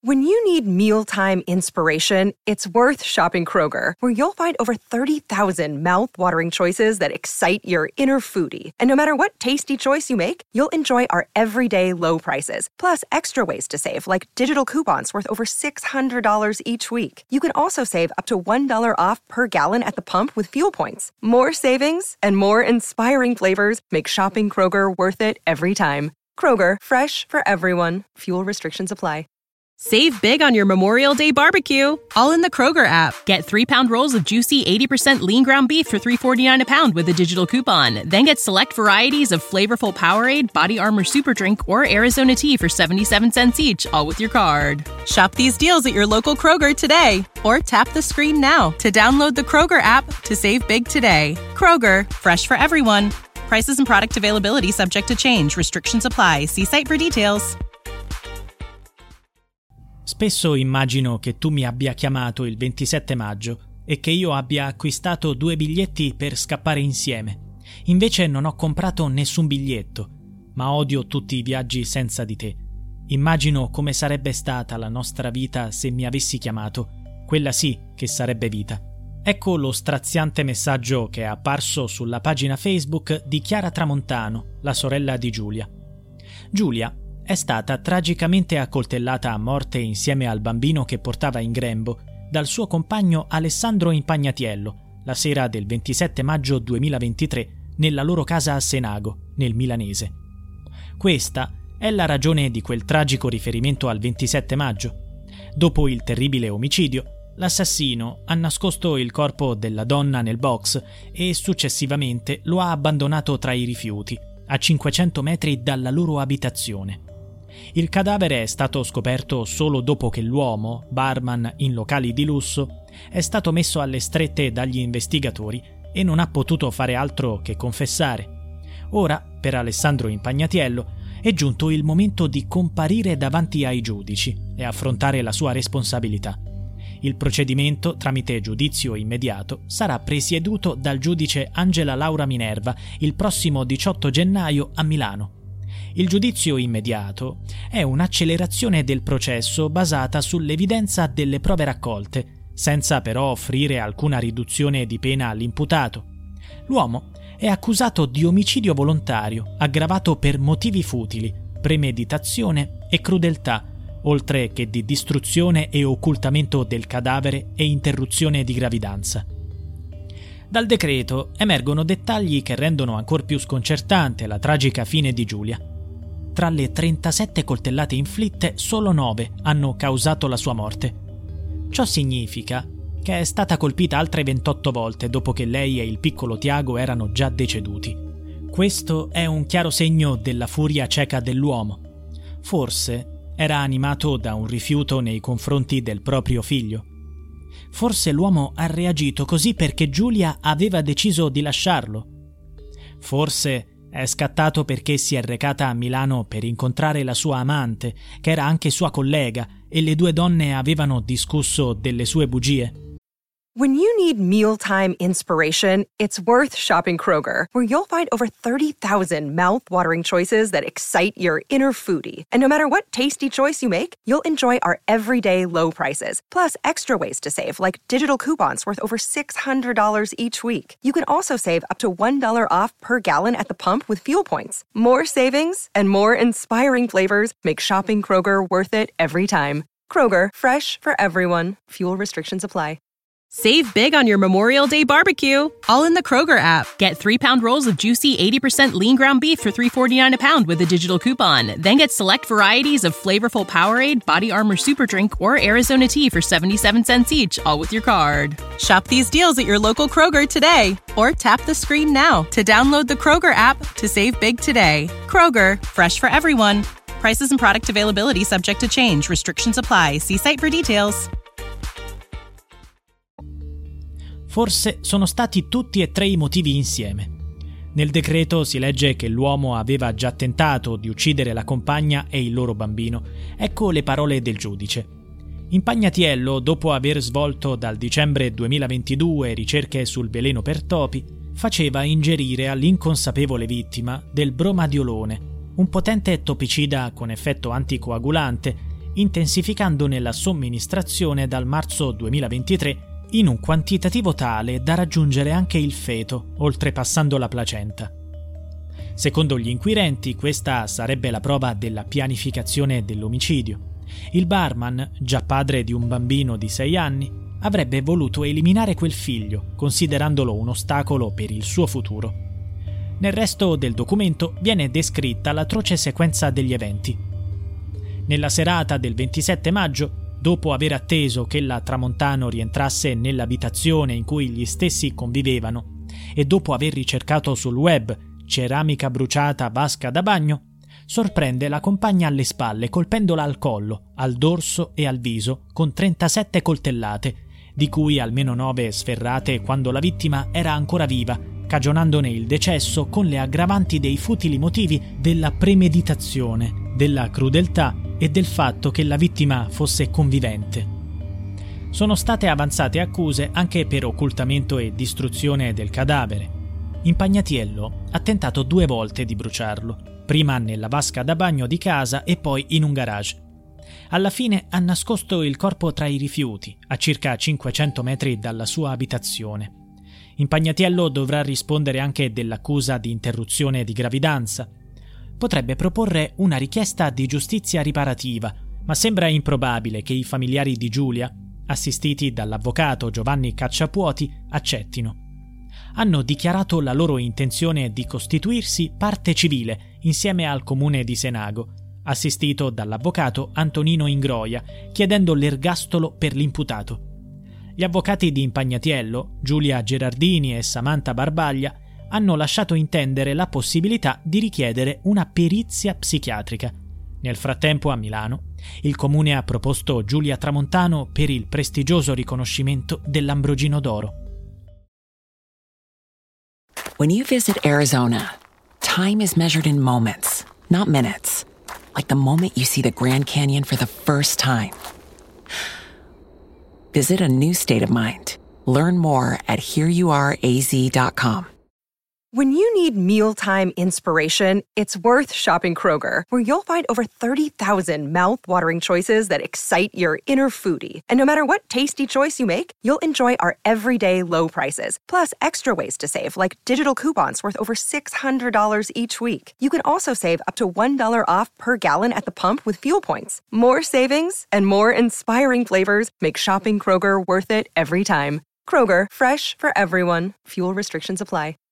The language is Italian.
When you need mealtime inspiration, it's worth shopping Kroger, where you'll find over 30,000 mouth-watering choices that excite your inner foodie. And no matter what tasty choice you make, you'll enjoy our everyday low prices, plus extra ways to save, like digital coupons worth over $600 each week. You can also save up to $1 off per gallon at the pump with fuel points. More savings and more inspiring flavors make shopping Kroger worth it every time. Kroger, fresh for everyone. Fuel restrictions apply. Save big on your Memorial Day barbecue, all in the Kroger app. Get 3-pound rolls of juicy 80% lean ground beef for $3.49 a pound with a digital coupon. Then get select varieties of flavorful Powerade, Body Armor Super Drink, or Arizona tea for 77 cents each, all with your card. Shop these deals at your local Kroger today, or tap the screen now to download the Kroger app to save big today. Kroger, fresh for everyone. Prices and product availability subject to change. Restrictions apply. See site for details. Spesso immagino che tu mi abbia chiamato il 27 maggio e che io abbia acquistato 2 biglietti per scappare insieme. Invece non ho comprato nessun biglietto, ma odio tutti i viaggi senza di te. Immagino come sarebbe stata la nostra vita se mi avessi chiamato. Quella sì che sarebbe vita. Ecco lo straziante messaggio che è apparso sulla pagina Facebook di Chiara Tramontano, la sorella di Giulia. Giulia è stata tragicamente accoltellata a morte insieme al bambino che portava in grembo dal suo compagno Alessandro Impagnatiello la sera del 27 maggio 2023 nella loro casa a Senago, nel milanese. Questa è la ragione di quel tragico riferimento al 27 maggio. Dopo il terribile omicidio, l'assassino ha nascosto il corpo della donna nel box e successivamente lo ha abbandonato tra i rifiuti, a 500 metri dalla loro abitazione. Il cadavere è stato scoperto solo dopo che l'uomo, barman in locali di lusso, è stato messo alle strette dagli investigatori e non ha potuto fare altro che confessare. Ora, per Alessandro Impagnatiello, è giunto il momento di comparire davanti ai giudici e affrontare la sua responsabilità. Il procedimento, tramite giudizio immediato, sarà presieduto dal giudice Angela Laura Minerva il prossimo 18 gennaio a Milano. Il giudizio immediato è un'accelerazione del processo basata sull'evidenza delle prove raccolte, senza però offrire alcuna riduzione di pena all'imputato. L'uomo è accusato di omicidio volontario, aggravato per motivi futili, premeditazione e crudeltà, oltre che di distruzione e occultamento del cadavere e interruzione di gravidanza. Dal decreto emergono dettagli che rendono ancor più sconcertante la tragica fine di Giulia. Tra le 37 coltellate inflitte, solo 9 hanno causato la sua morte. Ciò significa che è stata colpita altre 28 volte dopo che lei e il piccolo Tiago erano già deceduti. Questo è un chiaro segno della furia cieca dell'uomo. Forse era animato da un rifiuto nei confronti del proprio figlio. Forse l'uomo ha reagito così perché Giulia aveva deciso di lasciarlo. Forse è scattato perché si è recata a Milano per incontrare la sua amante, che era anche sua collega, e le due donne avevano discusso delle sue bugie. When you need mealtime inspiration, it's worth shopping Kroger, where you'll find over 30,000 mouth-watering choices that excite your inner foodie. And no matter what tasty choice you make, you'll enjoy our everyday low prices, plus extra ways to save, like digital coupons worth over $600 each week. You can also save up to $1 off per gallon at the pump with fuel points. More savings and more inspiring flavors make shopping Kroger worth it every time. Kroger, fresh for everyone. Fuel restrictions apply. Save big on your Memorial Day barbecue, all in the Kroger app. Get 3-pound rolls of juicy 80% lean ground beef for $3.49 a pound with a digital coupon. Then get select varieties of flavorful Powerade, Body Armor Super Drink, or Arizona tea for 77 cents each, all with your card. Shop these deals at your local Kroger today, or tap the screen now to download the Kroger app to save big today. Kroger, fresh for everyone. Prices and product availability subject to change. Restrictions apply. See site for details. Forse sono stati tutti e tre i motivi insieme. Nel decreto si legge che l'uomo aveva già tentato di uccidere la compagna e il loro bambino. Ecco le parole del giudice. Impagnatiello, dopo aver svolto dal dicembre 2022 ricerche sul veleno per topi, faceva ingerire all'inconsapevole vittima del bromadiolone, un potente topicida con effetto anticoagulante intensificandone la somministrazione dal marzo 2023 in un quantitativo tale da raggiungere anche il feto, oltrepassando la placenta. Secondo gli inquirenti, questa sarebbe la prova della pianificazione dell'omicidio. Il barman, già padre di un bambino di 6 anni, avrebbe voluto eliminare quel figlio, considerandolo un ostacolo per il suo futuro. Nel resto del documento viene descritta l'atroce sequenza degli eventi. Nella serata del 27 maggio, dopo aver atteso che la Tramontano rientrasse nell'abitazione in cui gli stessi convivevano e dopo aver ricercato sul web ceramica bruciata, vasca da bagno, sorprende la compagna alle spalle colpendola al collo, al dorso e al viso con 37 coltellate, di cui almeno 9 sferrate quando la vittima era ancora viva, cagionandone il decesso con le aggravanti dei futili motivi della premeditazione, della crudeltà e del fatto che la vittima fosse convivente. Sono state avanzate accuse anche per occultamento e distruzione del cadavere. Impagnatiello ha tentato 2 volte di bruciarlo, prima nella vasca da bagno di casa e poi in un garage. Alla fine ha nascosto il corpo tra i rifiuti, a circa 500 metri dalla sua abitazione. Impagnatiello dovrà rispondere anche dell'accusa di interruzione di gravidanza. Potrebbe proporre una richiesta di giustizia riparativa, ma sembra improbabile che i familiari di Giulia, assistiti dall'avvocato Giovanni Cacciapuoti, accettino. Hanno dichiarato la loro intenzione di costituirsi parte civile insieme al comune di Senago, assistito dall'avvocato Antonino Ingroia, chiedendo l'ergastolo per l'imputato. Gli avvocati di Impagnatiello, Giulia Gerardini e Samantha Barbaglia, hanno lasciato intendere la possibilità di richiedere una perizia psichiatrica. Nel frattempo, a Milano, il comune ha proposto Giulia Tramontano per il prestigioso riconoscimento dell'Ambrogino d'Oro. When you visit Arizona, time is measured in moments, not minutes. Like the moment you see the Grand Canyon for the first time. Visit a new state of mind. Learn more at hereyouareaz.com. When you need mealtime inspiration, it's worth shopping Kroger, where you'll find over 30,000 mouth-watering choices that excite your inner foodie. And no matter what tasty choice you make, you'll enjoy our everyday low prices, plus extra ways to save, like digital coupons worth over $600 each week. You can also save up to $1 off per gallon at the pump with fuel points. More savings and more inspiring flavors make shopping Kroger worth it every time. Kroger, fresh for everyone. Fuel restrictions apply.